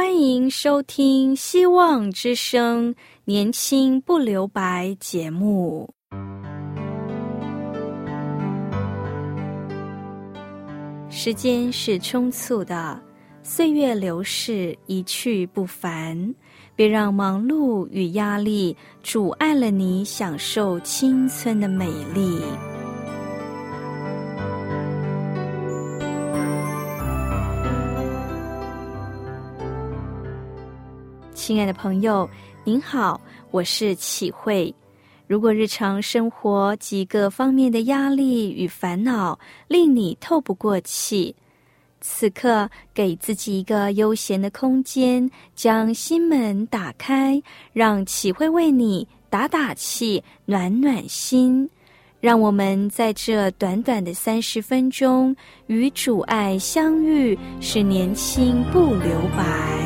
欢迎收听希望之声年轻不留白节目。时间是匆促的，岁月流逝，一去不返。别让忙碌与压力阻碍了你享受青春的美丽。亲爱的朋友，您好，我是启慧。如果日常生活几个方面的压力与烦恼令你透不过气，此刻给自己一个悠闲的空间，将心门打开，让启慧为你打打气，暖暖心。让我们在这短短的30分钟与主爱相遇，使年轻不留白。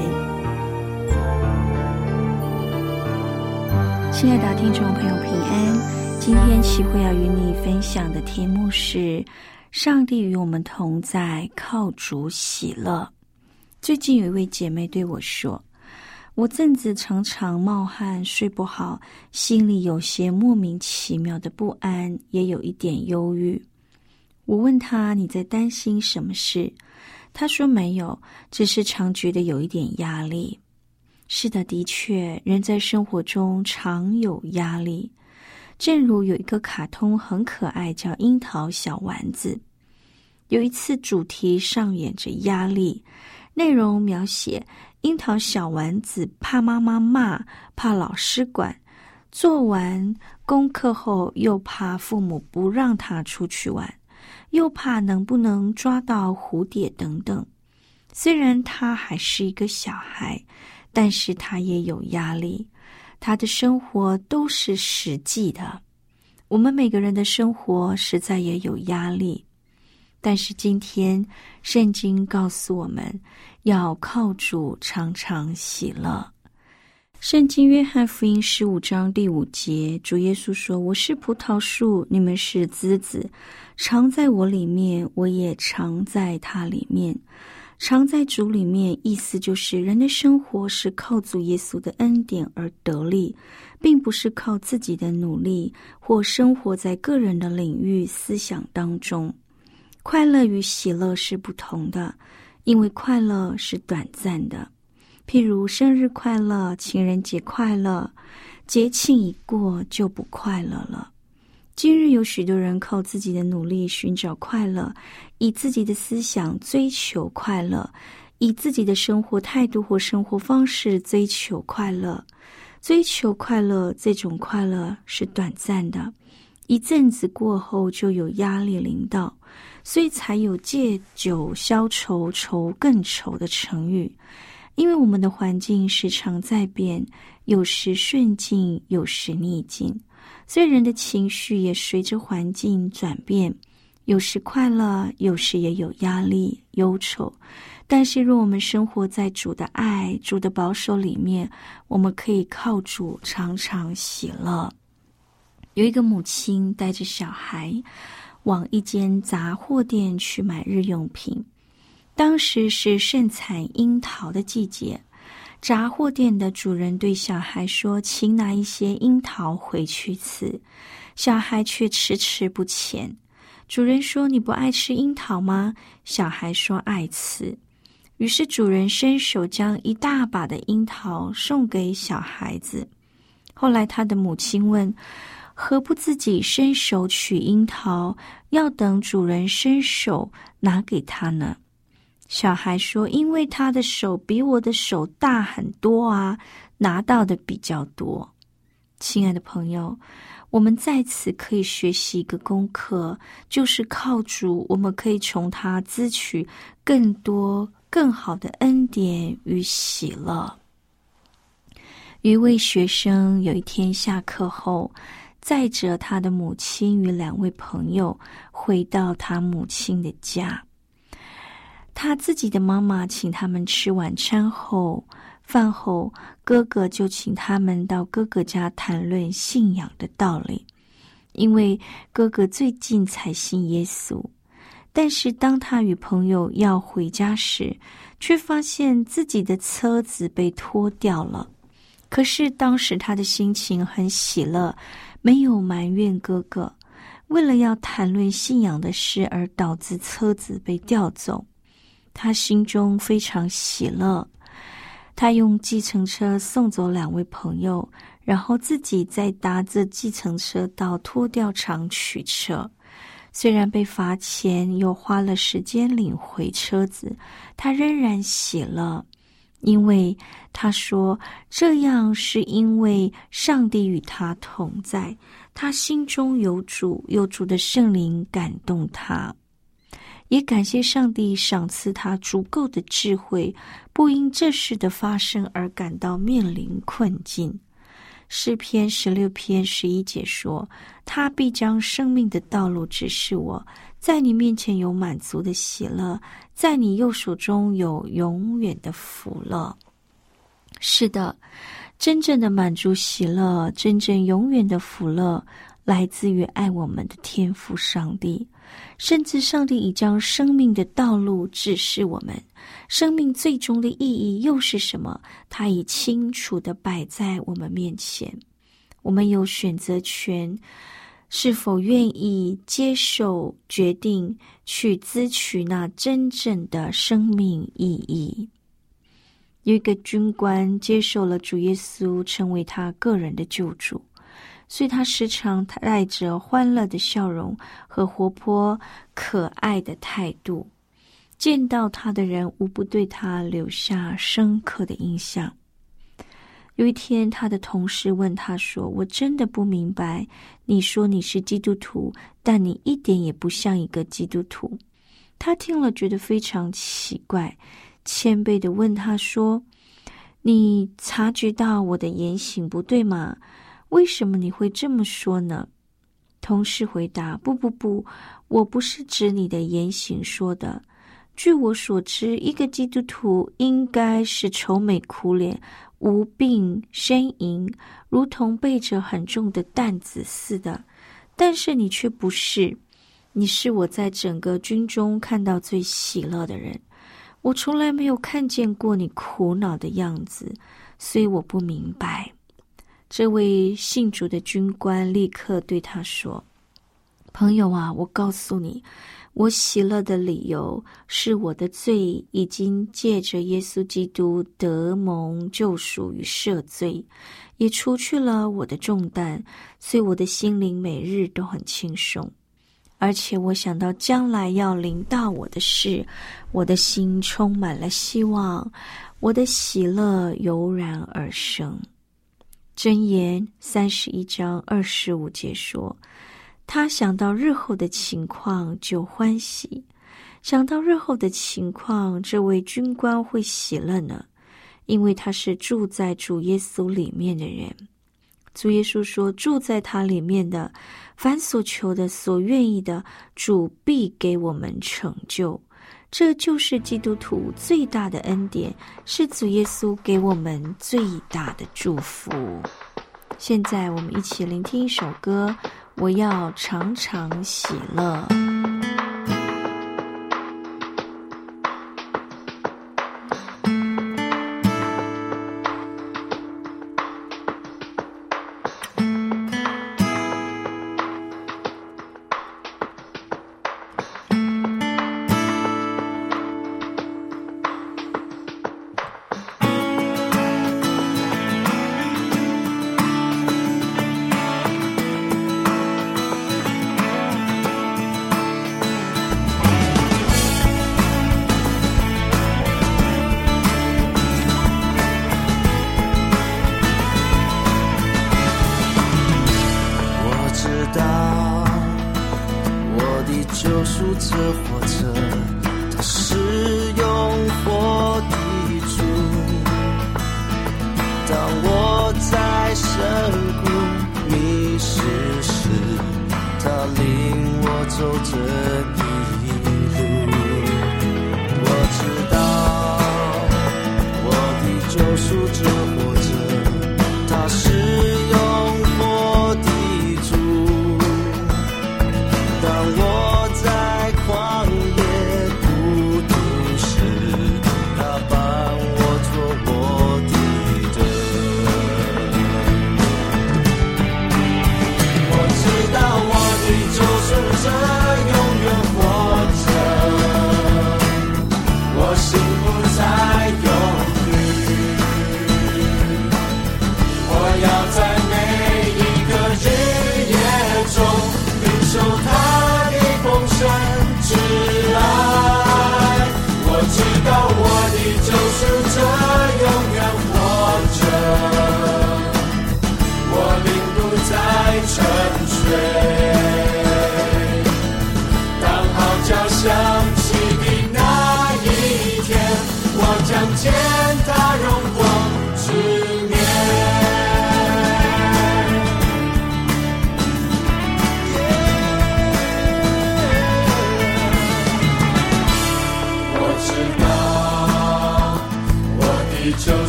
亲爱的听众朋友平安，今天启慧要与你分享的题目是上帝与我们同在，靠主喜乐。最近有一位姐妹对我说，我阵子常常冒汗，睡不好，心里有些莫名其妙的不安，也有一点忧郁。我问她，你在担心什么事？她说没有，只是常觉得有一点压力。是的，的确，人在生活中常有压力。正如有一个卡通很可爱，叫樱桃小丸子。有一次主题上演着压力，内容描写樱桃小丸子怕妈妈骂，怕老师管，做完功课后又怕父母不让他出去玩，又怕能不能抓到蝴蝶等等。虽然他还是一个小孩，但是他也有压力，他的生活都是实际的。我们每个人的生活实在也有压力，但是今天圣经告诉我们要靠主常常喜乐。圣经约翰福音15章第5节，主耶稣说，我是葡萄树，你们是枝子，常在我里面，我也常在他里面。常在主里面，意思就是人的生活是靠主耶稣的恩典而得力，并不是靠自己的努力或生活在个人的领域思想当中。快乐与喜乐是不同的，因为快乐是短暂的，譬如生日快乐、情人节快乐，节庆一过就不快乐了。今日有许多人靠自己的努力寻找快乐，以自己的思想追求快乐，以自己的生活态度或生活方式追求快乐。追求快乐，这种快乐是短暂的，一阵子过后就有压力临到，所以才有借酒消愁，愁更愁的成语。因为我们的环境时常在变，有时顺境，有时逆境，所以人的情绪也随着环境转变，有时快乐，有时也有压力、忧愁。但是若我们生活在主的爱、主的保守里面，我们可以靠主常常喜乐。有一个母亲带着小孩往一间杂货店去买日用品，当时是盛产樱桃的季节，杂货店的主人对小孩说，请拿一些樱桃回去吃。小孩却迟迟不前。主人说，你不爱吃樱桃吗？小孩说爱吃。于是主人伸手将一大把的樱桃送给小孩子。后来他的母亲问，何不自己伸手取樱桃，要等主人伸手拿给他呢？小孩说，因为他的手比我的手大很多啊，拿到的比较多。亲爱的朋友，我们在此可以学习一个功课，就是靠主，我们可以从他支取更多更好的恩典与喜乐。有一位学生有一天下课后，载着他的母亲与2位朋友回到他母亲的家。他自己的妈妈请他们吃晚餐后，饭后哥哥就请他们到哥哥家谈论信仰的道理，因为哥哥最近才信耶稣。但是当他与朋友要回家时， 却发现自己的车子被拖掉了。可是当时他的心情很喜乐，没有埋怨哥哥，为了要谈论信仰的事而导致车子被调走，他心中非常喜乐。他用计程车送走2位朋友，然后自己再搭着计程车到拖吊场取车。虽然被罚钱，又花了时间领回车子，他仍然喜乐，因为他说这样是因为上帝与他同在，他心中有主，有主的圣灵感动他。也感谢上帝赏赐他足够的智慧，不因这事的发生而感到面临困境。诗篇16篇11节说，他必将生命的道路指示我，在你面前有满足的喜乐，在你右手中有永远的福乐。是的，真正的满足喜乐，真正永远的福乐，来自于爱我们的天父上帝。甚至上帝已将生命的道路指示我们，生命最终的意义又是什么？他已清楚地摆在我们面前，我们有选择权，是否愿意接受决定去支取那真正的生命意义？有一个军官接受了主耶稣成为他个人的救主，所以他时常带着欢乐的笑容和活泼可爱的态度，见到他的人无不对他留下深刻的印象。有一天，他的同事问他说，我真的不明白，你说你是基督徒，但你一点也不像一个基督徒。他听了觉得非常奇怪，谦卑地问他说，你察觉到我的言行不对吗？为什么你会这么说呢？同事回答，不，我不是指你的言行说的。据我所知，一个基督徒应该是愁眉苦脸，无病呻吟，如同背着很重的担子似的。但是你却不是，你是我在整个军中看到最喜乐的人。我从来没有看见过你苦恼的样子，所以我不明白。这位信主的军官立刻对他说，朋友啊，我告诉你，我喜乐的理由是我的罪已经借着耶稣基督得蒙救赎与赦罪，也除去了我的重担，所以我的心灵每日都很轻松。而且我想到将来要临到我的事，我的心充满了希望，我的喜乐油然而生。箴言31章25节说，他想到日后的情况就欢喜。想到日后的情况，这位军官会喜乐呢，因为他是住在主耶稣里面的人。主耶稣说，住在他里面的，凡所求的所愿意的，主必给我们成就。这就是基督徒最大的恩典，是主耶稣给我们最大的祝福。现在我们一起聆听一首歌，我要常常喜乐。 救赎者活着，他是永活的主。当我在深谷迷失时，他领我走这一路。我知道我的救赎者活着，他是永活的主。当我在旷野孤独时，他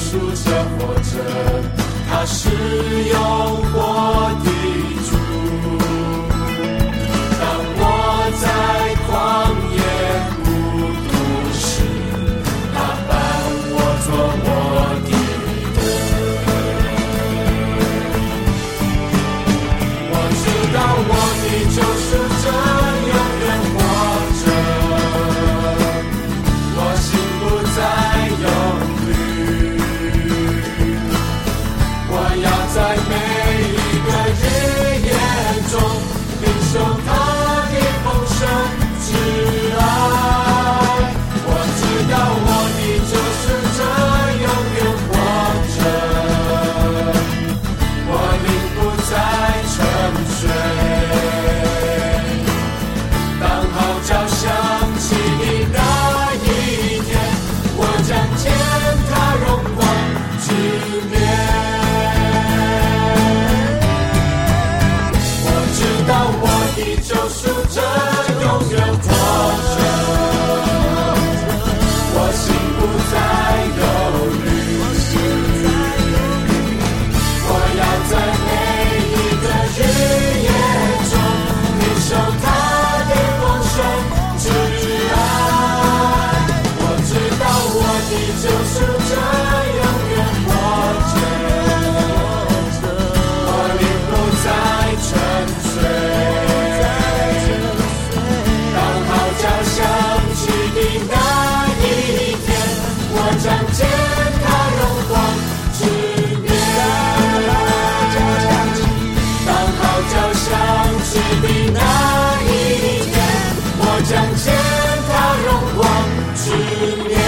赎者活着，他是永活的主。当我在旷野孤独时，他伴我做我的灯。我知道我的救赎者永远活着，我心不再忧虑，我要在每一个日夜中领受他的丰盛之爱。我知道我的救赎者永远活着，我灵不再沉睡。当号角响起的那一天，我将见他荣光之面。我知道我的救赎者永远活着，我心不再忧虑，我要在每一个日夜中领受他的丰盛之爱。我知道我的救赎者永远活着，我灵不再沉睡。当号角响起的那一天，我将见他荣光之面。当号角响起的那一天，我将见他荣光之面。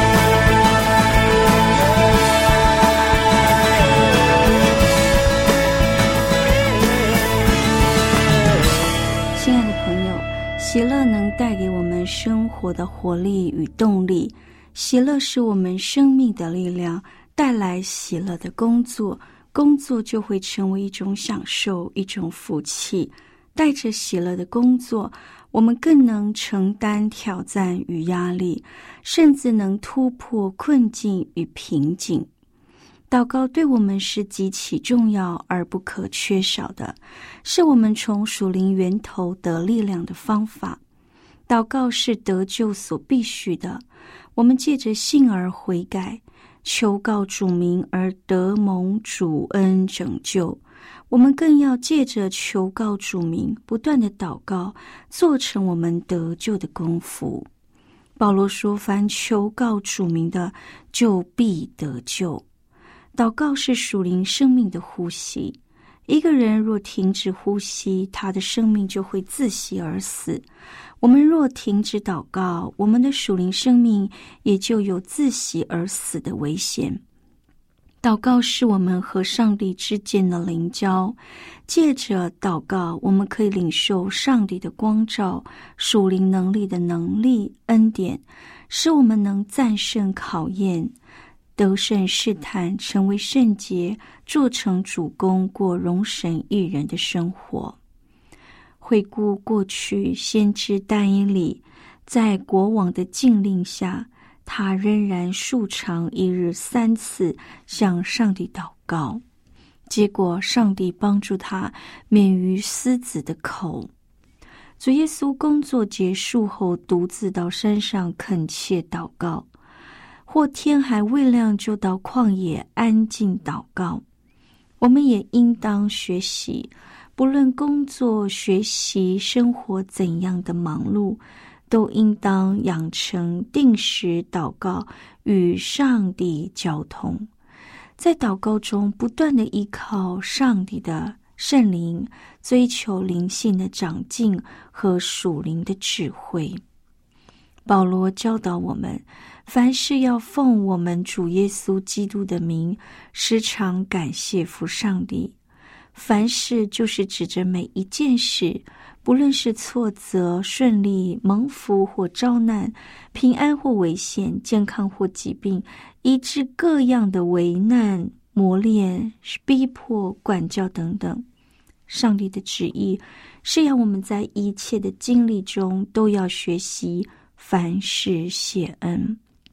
亲爱的朋友，喜乐能带给我们生活的活力与动力，喜乐是我们生命的力量，带来喜乐的工作，工作就会成为一种享受，一种福气。带着喜乐的工作，我们更能承担挑战与压力，甚至能突破困境与瓶颈。祷告对我们是极其重要而不可缺少的，是我们从属灵源头得力量的方法。祷告是得救所必须的，我们借着信而悔改，求告主名而得蒙主恩拯救。我们更要借着求告主名，不断的祷告，做成我们得救的功夫。保罗说，凡求告主名的，就必得救。祷告是属灵生命的呼吸，一个人若停止呼吸，他的生命就会自息而死。我们若停止祷告，我们的属灵生命也就有自息而死的危险。祷告是我们和上帝之间的灵交，借着祷告，我们可以领受上帝的光照，属灵能力的能力恩典，使我们能战胜考验，得胜试探，成为圣洁，做成主公，过荣神益人的生活。回顾过去，先知但以理在国王的禁令下，他仍然数长一日3次向上帝祷告，结果上帝帮助他免于狮子的口。主耶稣工作结束后，独自到山上恳切祷告，或天还未亮就到旷野安静祷告。我们也应当学习，不论工作、学习、生活怎样的忙碌，都应当养成定时祷告与上帝交通，在祷告中不断地依靠上帝的圣灵，追求灵性的长进和属灵的智慧。保罗教导我们，凡事要奉我们主耶稣基督的名，时常感谢父上帝。凡事就是指着每一件事，不论是挫折、顺利、蒙福或遭难，平安或危险，健康或疾病，以致各样的危难、磨练、逼迫、管教等等。上帝的旨意是要我们在一切的经历中都要学习凡事谢恩。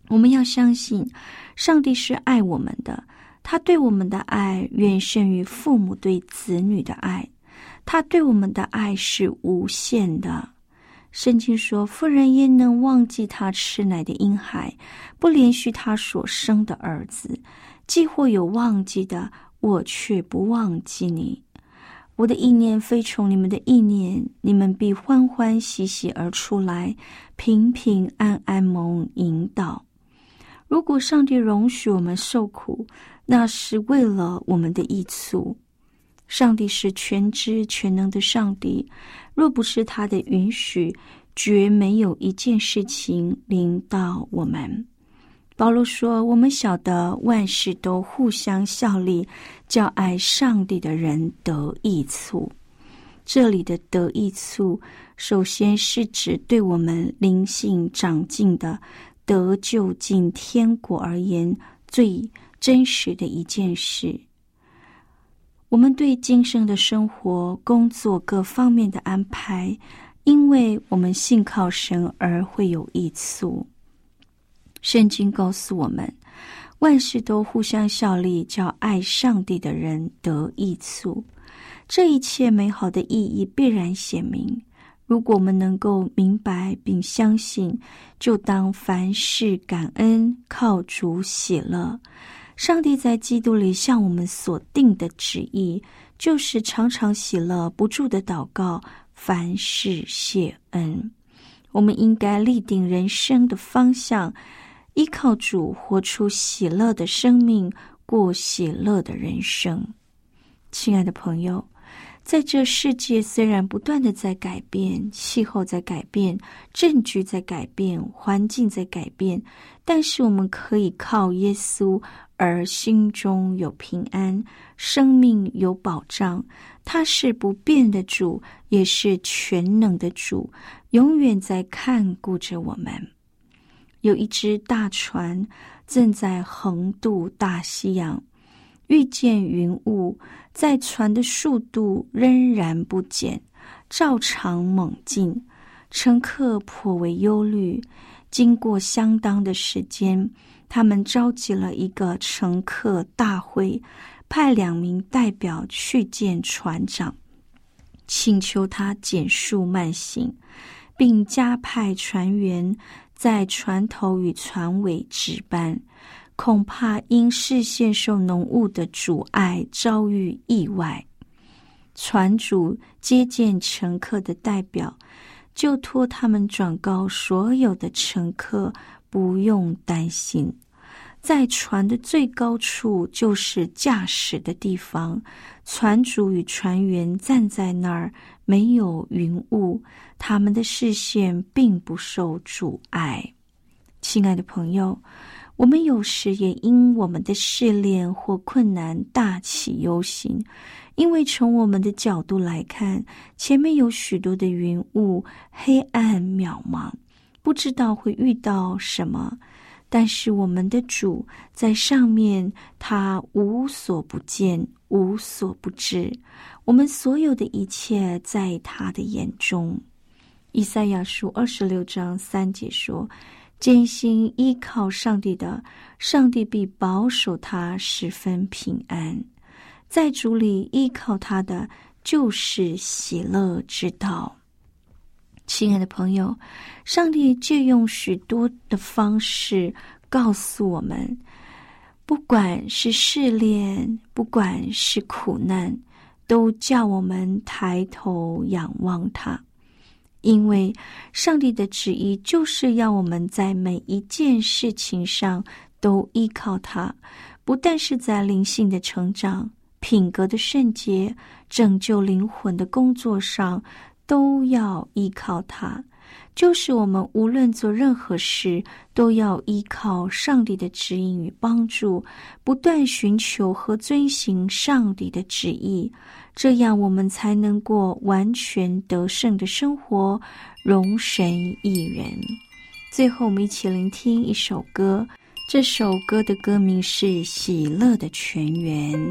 我们要相信上帝是爱我们的，他对我们的爱远胜于父母对子女的爱，他对我们的爱是无限的。圣经说，妇人焉能忘记她吃奶的婴孩，不怜恤他所生的儿子？既或有忘记的，我却不忘记你。我的意念非从你们的意念，你们必欢欢喜喜而出来，平平安安蒙引导。如果上帝容许我们受苦，那是为了我们的益处。上帝是全知全能的上帝，若不是他的允许，绝没有一件事情临到我们。保罗说，我们晓得万事都互相效力，叫爱上帝的人得益处。这里的得益处，首先是指对我们灵性长进的得救进天国而言最真实的一件事。我们对今生的生活、工作各方面的安排，因为我们信靠神而会有益处。圣经告诉我们，万事都互相效力，叫爱上帝的人得益处。这一切美好的意义必然显明。如果我们能够明白并相信，就当凡事感恩，靠主喜乐。上帝在基督里向我们所定的旨意，就是常常喜乐，不住的祷告，凡事谢恩。我们应该立定人生的方向，依靠主活出喜乐的生命，过喜乐的人生。亲爱的朋友，在这世界虽然不断的在改变，气候在改变，政局在改变，环境在改变，但是我们可以靠耶稣而心中有平安，生命有保障。他是不变的主，也是全能的主，永远在看顾着我们。有一只大船正在横渡大西洋，遇见云雾，在船的速度仍然不减，照常猛进。乘客颇为忧虑，经过相当的时间，他们召集了一个乘客大会，派2名代表去见船长，请求他减速慢行，并加派船员在船头与船尾值班，恐怕因视线受浓雾的阻碍遭遇意外。船主接见乘客的代表，就托他们转告所有的乘客不用担心。在船的最高处就是驾驶的地方，船主与船员站在那儿，没有云雾，他们的视线并不受阻碍。亲爱的朋友，我们有时也因我们的试炼或困难大起忧心，因为从我们的角度来看，前面有许多的云雾，黑暗渺茫，不知道会遇到什么。但是我们的主在上面，他无所不见，无所不知，我们所有的一切在他的眼中。以赛亚书26章3节说，艰辛依靠上帝的，上帝必保守他十分平安。在主里依靠他的，就是喜乐之道。亲爱的朋友，上帝借用许多的方式告诉我们，不管是试炼，不管是苦难，都叫我们抬头仰望他。因为上帝的旨意就是要我们在每一件事情上都依靠他，不但是在灵性的成长、品格的圣洁、拯救灵魂的工作上都要依靠他，就是我们无论做任何事，都要依靠上帝的指引与帮助，不断寻求和遵行上帝的旨意，这样我们才能过完全得胜的生活，荣神益人。最后我们一起聆听一首歌，这首歌的歌名是《喜乐的泉源》。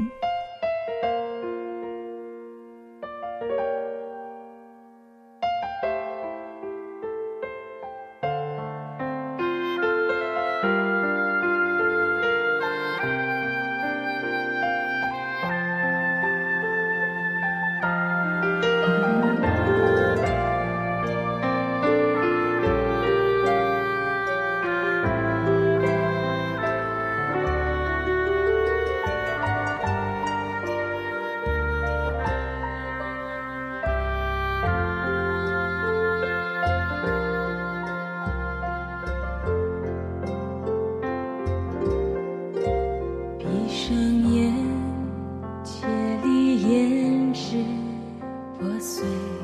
上眼，竭力掩饰破碎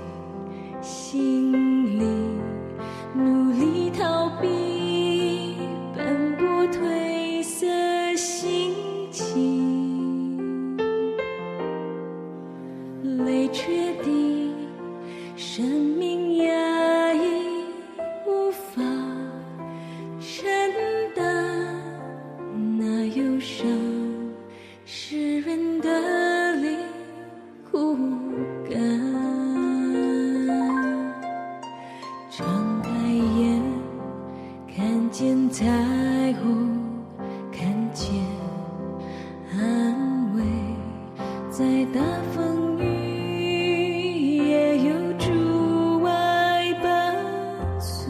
心里，努力逃避奔波褪色心情，泪却滴，生命压抑无法承担，那忧伤使人的灵枯干。张开眼，看见彩虹，看见安慰，在大风雨也有主爱伴随。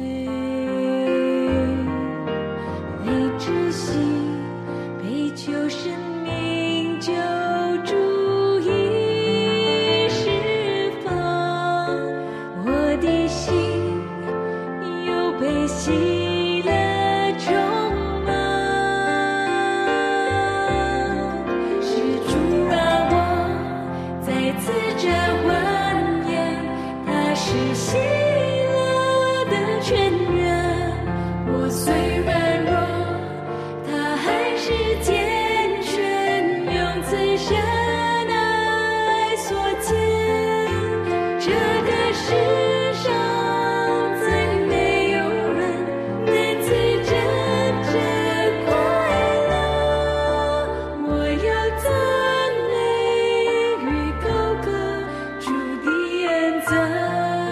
泪窒息，被救生命救助已释放，我的心又被喜乐充满，是主让我再次展欢颜，他是喜乐的泉源，我虽软弱，他还是健全，用最深爱所见，这个世上再没有人能赐真正快乐，我要赞美与高歌主的恩赞。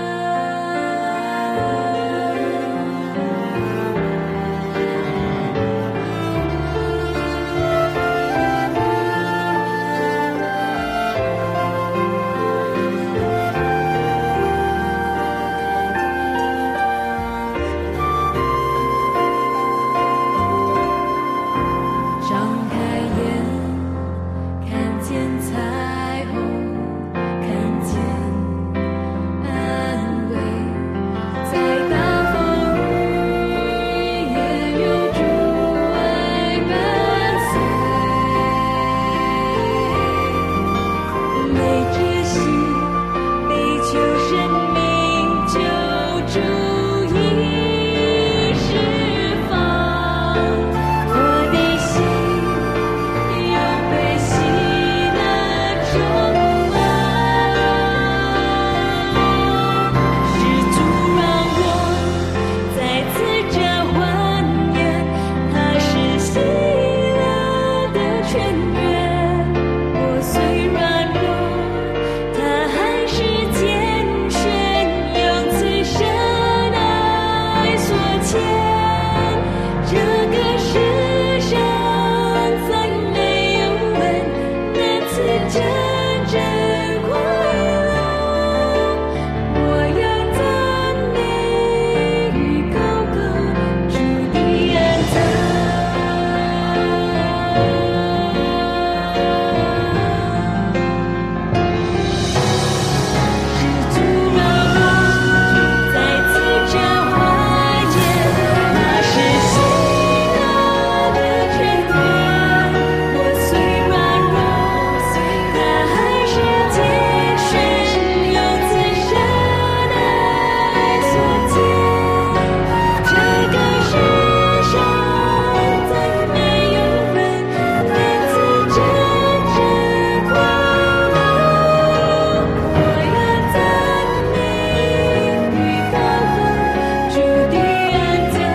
张开眼，看见彩虹，看见安慰，在大风雨也有主爱伴随。泪窒息，被救生命救助已释放，我的心又被喜乐充满，是主让我再次展欢颜，他是喜乐的泉源，我虽软弱，他还是健全，用最深爱所牵，这个世上再没有人能赐真正快乐，我要赞美与高歌主的恩赞，是主让我再次展欢颜，他是喜乐的泉源，我虽软弱，他还是健全，用最深爱所见，这个世上再没有人能赐真正快乐，我要赞美与高歌主的恩赞，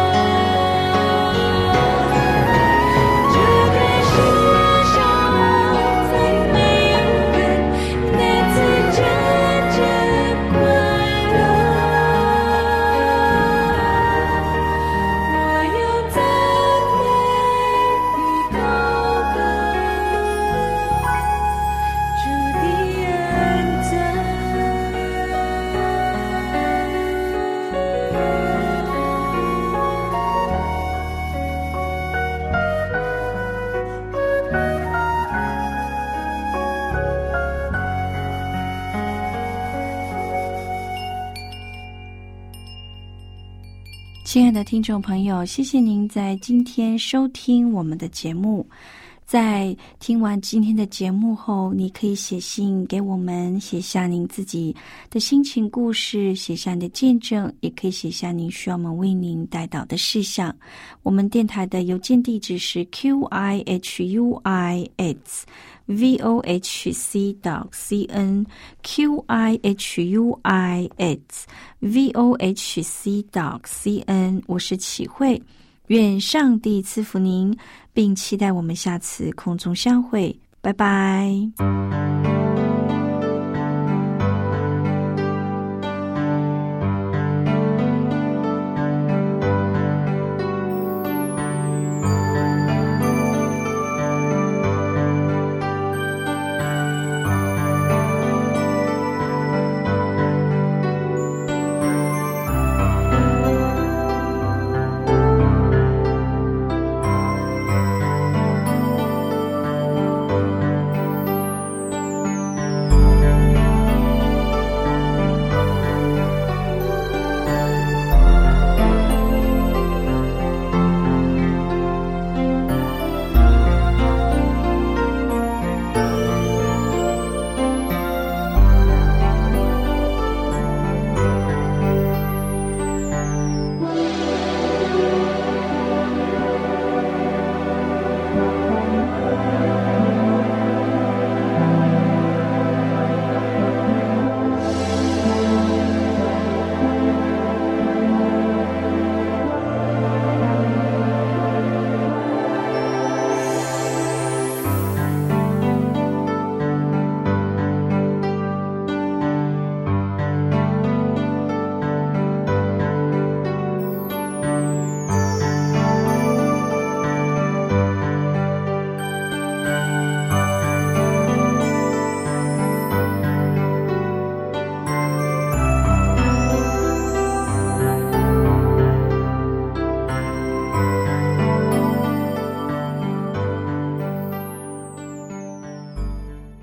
这个世上再没有人能赐真正快乐，我要赞美与高歌主的恩亲爱的听众朋友，谢谢您在今天收听我们的节目。 在听完今天的节目后，你可以写信给我们，写下您自己的心情故事，写下你的见证，也可以写下您需要我们为您代祷的事项。我们电台的邮件地址是 qihui@vohc.cn qihui@vohc.cn。 我是启慧，愿上帝赐福您，并期待我们下次空中相会。拜拜。